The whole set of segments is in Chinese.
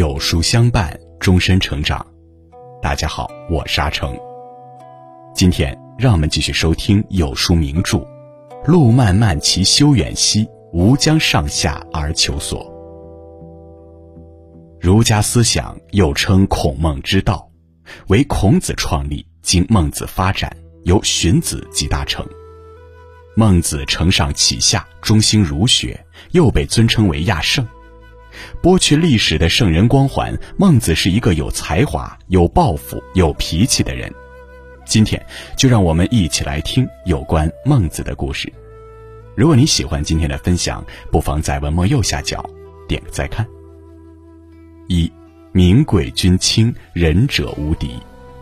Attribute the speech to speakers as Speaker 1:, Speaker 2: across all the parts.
Speaker 1: 有书相伴，终身成长。大家好，我是阿成。今天让我们继续收听有书名著《路漫漫其修远兮，吾将上下而求索》。儒家思想又称孔孟之道，为孔子创立，经孟子发展，由荀子集大成。孟子承上启下，中兴儒学，又被尊称为亚圣。剥去历史的圣人光环，孟子是一个有才华、有抱负、有脾气的人。今天就让我们一起来听有关孟子的故事。如果你喜欢今天的分享，不妨在文末右下角点个再看。一，名贵君轻，仁者无敌。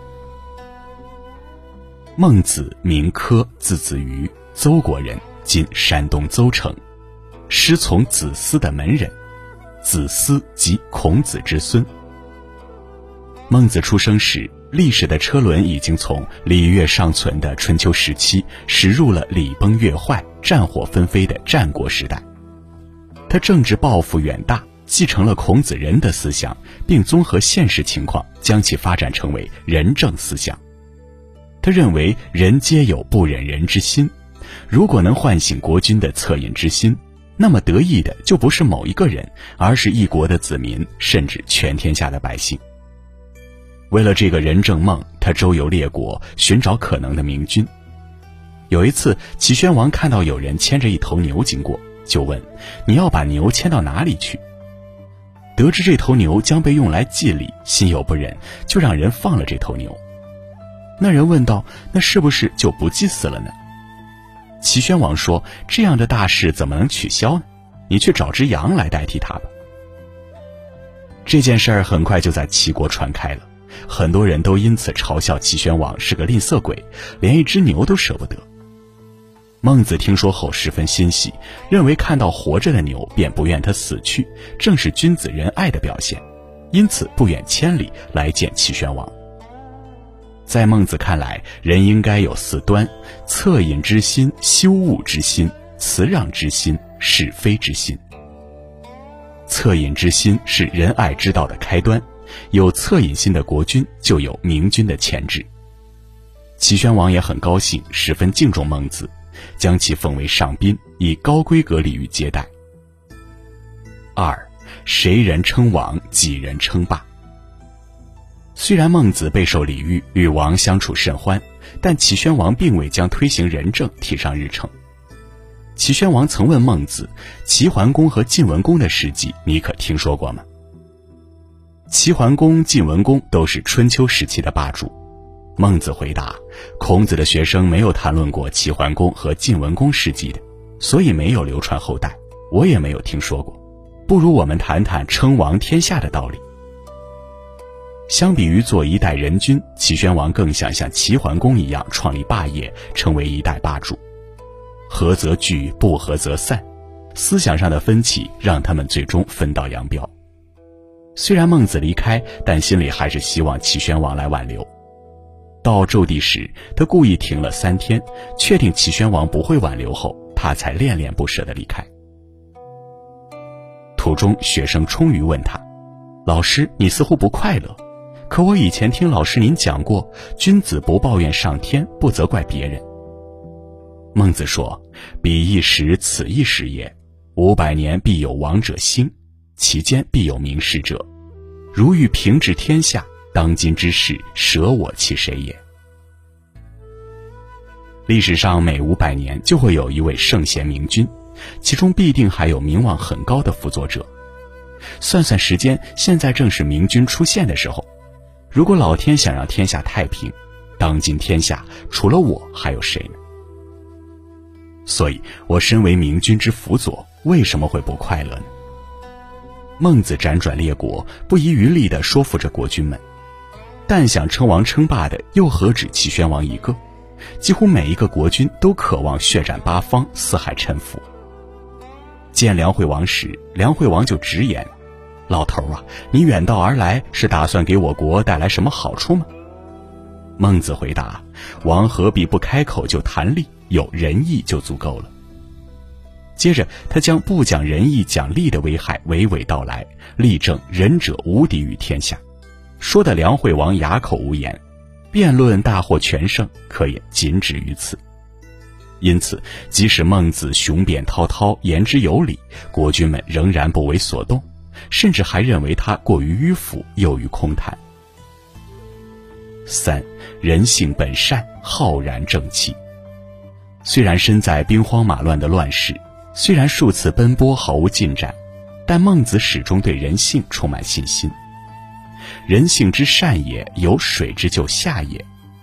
Speaker 1: 孟子名轲，字子瑜，邹国人，今山东邹城，师从子思的门人。子思即孔子之孙。孟子出生时，历史的车轮已经从礼乐尚存的春秋时期驶入了礼崩乐坏、战火纷飞的战国时代。他政治抱负远大，继承了孔子仁的思想，并综合现实情况，将其发展成为仁政思想。他认为人皆有不忍人之心，如果能唤醒国君的恻隐之心，那么得益的就不是某一个人，而是一国的子民，甚至全天下的百姓。为了这个仁政梦，他周游列国，寻找可能的明君。有一次，齐宣王看到有人牵着一头牛经过，就问：你要把牛牵到哪里去？得知这头牛将被用来祭礼，心有不忍，就让人放了这头牛。那人问道：那是不是就不祭祀了呢？齐宣王说：这样的大事怎么能取消呢？你去找只羊来代替它吧。这件事儿很快就在齐国传开了，很多人都因此嘲笑齐宣王是个吝啬鬼，连一只牛都舍不得。孟子听说后十分欣喜，认为看到活着的牛便不愿它死去，正是君子仁爱的表现，因此不远千里来见齐宣王。在孟子看来，人应该有四端：恻隐之心、羞恶之心、辞让之心、是非之心。恻隐之心是仁爱之道的开端，有恻隐心的国君就有明君的潜质。齐宣王也很高兴，十分敬重孟子，将其奉为上宾，以高规格礼遇接待。二，谁人称王，几人称霸。虽然孟子备受礼遇，与王相处甚欢，但齐宣王并未将推行仁政提上日程。齐宣王曾问孟子：齐桓公和晋文公的事迹你可听说过吗？齐桓公、晋文公都是春秋时期的霸主。孟子回答：孔子的学生没有谈论过齐桓公和晋文公事迹的，所以没有流传后代，我也没有听说过。不如我们谈谈称王天下的道理。相比于做一代人君，齐宣王更想像齐桓公一样创立霸业，成为一代霸主。合则聚，不合则散，思想上的分歧让他们最终分道扬镳。虽然孟子离开，但心里还是希望齐宣王来挽留。到纣地时，他故意停了3天，确定齐宣王不会挽留后，他才恋恋不舍地离开。途中，学生冲于问他：老师，你似乎不快乐，可我以前听老师您讲过，君子不抱怨上天，不责怪别人。孟子说：彼一时，此一时也，500年必有王者兴，其间必有名士者。如欲平治天下，当今之事，舍我其谁也。历史上每500年就会有一位圣贤明君，其中必定还有名望很高的辅佐者。算算时间，现在正是明君出现的时候。如果老天想让天下太平，当今天下除了我还有谁呢？所以我身为明君之辅佐，为什么会不快乐呢？孟子辗转列国，不遗余力地说服着国君们。但想称王称霸的又何止齐宣王一个？几乎每一个国君都渴望血战八方，四海臣服。见梁惠王时，梁惠王就直言：老头啊，你远道而来，是打算给我国带来什么好处吗？孟子回答：王何必不开口就谈利，有仁义就足够了。 接着他将不讲仁义讲利的危害娓娓道来，力证仁者无敌于天下，说得梁惠王哑口无言，辩论大获全胜，可也仅止于此。因此即使孟子雄辩滔滔，言之有理，国君们仍然不为所动，甚至还认为他过于迂腐，囿于空谈。3. 人性本善，浩然正气。虽然身在兵荒马乱的乱世，虽然数次奔波毫无进展，但孟子始终对人性充满信心。人性之善也，有水之就下也。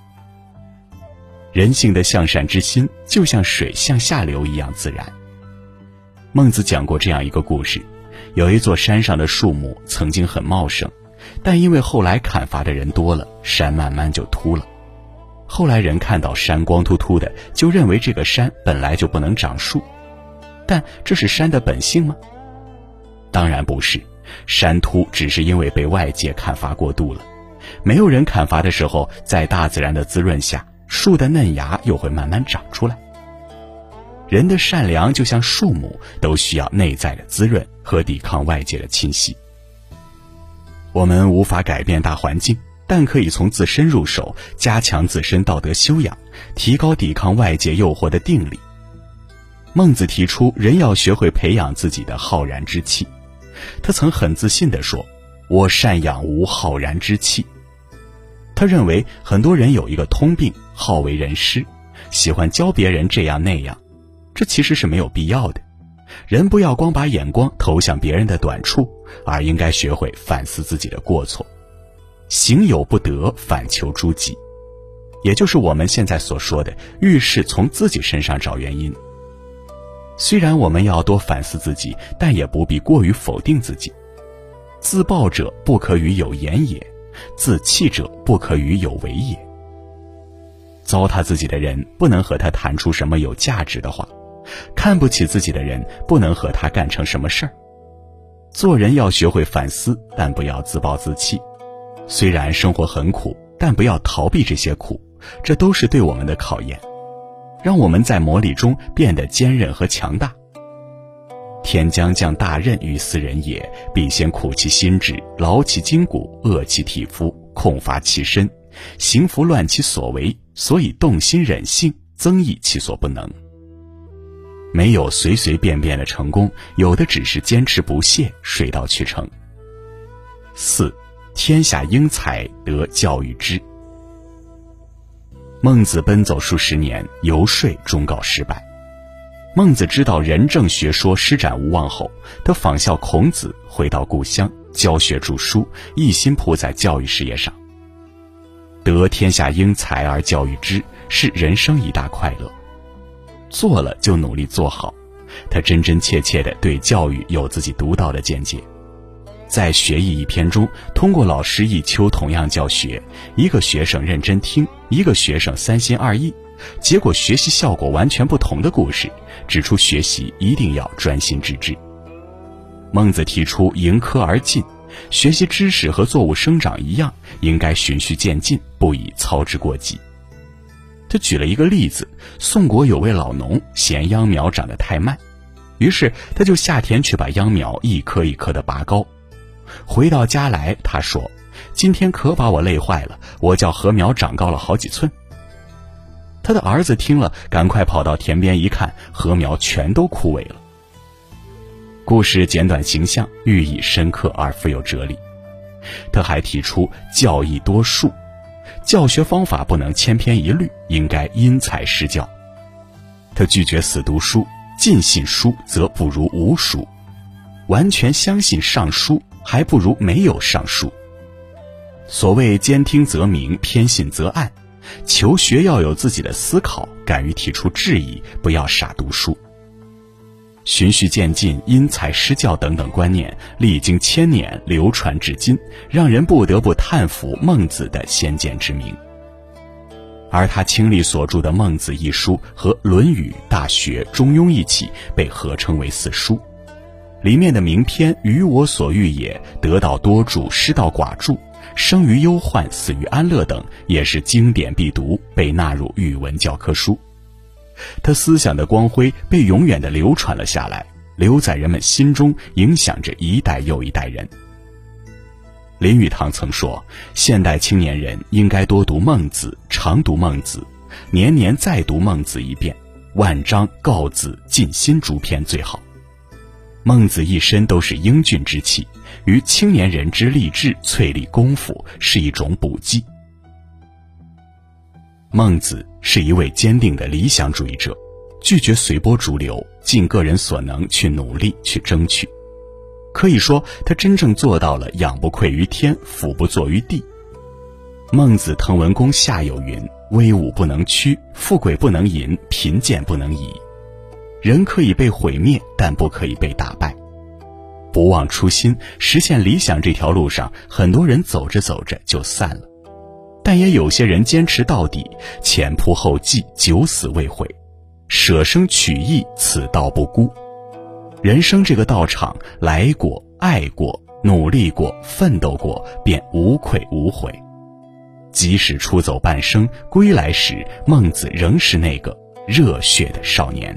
Speaker 1: 人性的向善之心，就像水向下流一样自然。孟子讲过这样一个故事，有一座山上的树木曾经很茂盛，但因为后来砍伐的人多了，山慢慢就秃了。后来人看到山光秃秃的，就认为这个山本来就不能长树。但这是山的本性吗？当然不是，山秃只是因为被外界砍伐过度了。没有人砍伐的时候，在大自然的滋润下，树的嫩芽又会慢慢长出来。人的善良就像树木，都需要内在的滋润和抵抗外界的侵袭。我们无法改变大环境，但可以从自身入手，加强自身道德修养，提高抵抗外界诱惑的定力。孟子提出人要学会培养自己的浩然之气。他曾很自信地说，我善养无浩然之气。他认为很多人有一个通病，好为人师，喜欢教别人这样那样，这其实是没有必要的。人不要光把眼光投向别人的短处，而应该学会反思自己的过错。行有不得，反求诸己，也就是我们现在所说的遇事从自己身上找原因。虽然我们要多反思自己，但也不必过于否定自己。自暴者不可与有言也，自弃者不可与有为也。糟蹋自己的人不能和他谈出什么有价值的话，看不起自己的人不能和他干成什么事儿。做人要学会反思，但不要自暴自弃。虽然生活很苦，但不要逃避这些苦，这都是对我们的考验，让我们在磨砺中变得坚韧和强大。天将降大任于斯人也，必先苦其心志，劳其筋骨，饿其体肤，空乏其身，行拂乱其所为，所以动心忍性，增益其所不能。没有随随便便的成功，有的只是坚持不懈，水到渠成。4. 天下英才，得教育之。孟子奔走数十年，游说终告失败。孟子知道仁政学说施展无望后，他仿效孔子回到故乡，教学著书，一心扑在教育事业上。得天下英才而教育之，是人生一大快乐。做了就努力做好，他真真切切地对教育有自己独到的见解。在学艺一篇中，通过老师一秋同样教学，一个学生认真听，一个学生三心二意，结果学习效果完全不同的故事，指出学习一定要专心致志。孟子提出迎科而进，学习知识和作物生长一样，应该循序渐进，不宜操之过急。他举了一个例子，宋国有位老农嫌秧苗长得太慢，于是他就下田去把秧苗一棵一棵地拔高。回到家来，他说，今天可把我累坏了，我叫禾苗长高了好几寸。他的儿子听了，赶快跑到田边一看，禾苗全都枯萎了。故事简短形象，寓意深刻而富有哲理。他还提出教义多术，教学方法不能千篇一律，应该因材施教。他拒绝死读书，尽信书则不如无书，完全相信上书还不如没有上书。所谓兼听则明，偏信则暗，求学要有自己的思考，敢于提出质疑，不要傻读书。循序渐进、因材施教等等观念历经千年，流传至今，让人不得不叹服孟子的先见之明。而他倾力所著的《孟子》一书和《论语》《大学》《中庸》一起被合称为四书，里面的名篇“于我所欲也”、“得道多助，失道寡助”、“生于忧患，死于安乐”等，也是经典必读，被纳入语文教科书。 他思想的光辉被永远地流传了下来，留在人们心中，影响着一代又一代人。林语堂曾说，现代青年人应该多读孟子，常读孟子，年年再读孟子一遍，万章告子尽心诸篇最好。孟子一身都是英俊之气，于青年人之励志淬砺功夫，是一种补剂。孟子是一位坚定的理想主义者，拒绝随波逐流，尽个人所能去努力去争取。可以说，他真正做到了仰不愧于天，俯不怍于地。孟子滕文公下有云：威武不能屈，富贵不能淫，贫贱不能移。人可以被毁灭，但不可以被打败。不忘初心，实现理想这条路上，很多人走着走着就散了，但也有些人坚持到底，前仆后继，九死未悔，舍生取义，此道不孤。人生这个道场，来过，爱过，努力过，奋斗过，便无愧无悔。即使出走半生，归来时，孟子仍是那个热血的少年。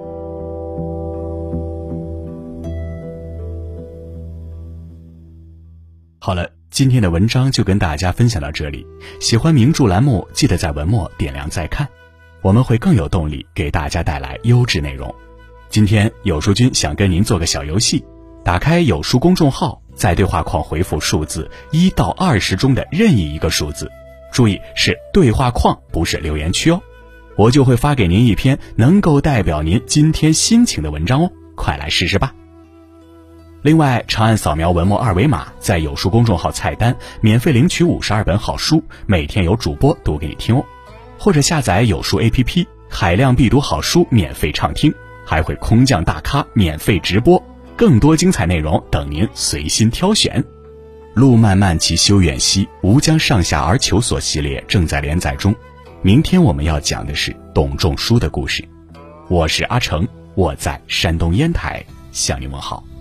Speaker 1: 好了，今天的文章就跟大家分享到这里。喜欢名著栏目，记得在文末点亮再看，我们会更有动力给大家带来优质内容。今天有书君想跟您做个小游戏，打开有书公众号，在对话框回复数字1到20中的任意一个数字，注意是对话框，不是留言区哦，我就会发给您一篇能够代表您今天心情的文章哦，快来试试吧。另外，长按扫描文末二维码，在有书公众号菜单免费领取52本好书，每天有主播读给你听哦。或者下载有书 APP， 海量必读好书免费畅听，还会空降大咖免费直播，更多精彩内容等您随心挑选。路漫漫其修远兮，吾将上下而求索系列正在连载中，明天我们要讲的是董仲舒的故事。我是阿成，我在山东烟台向您问好。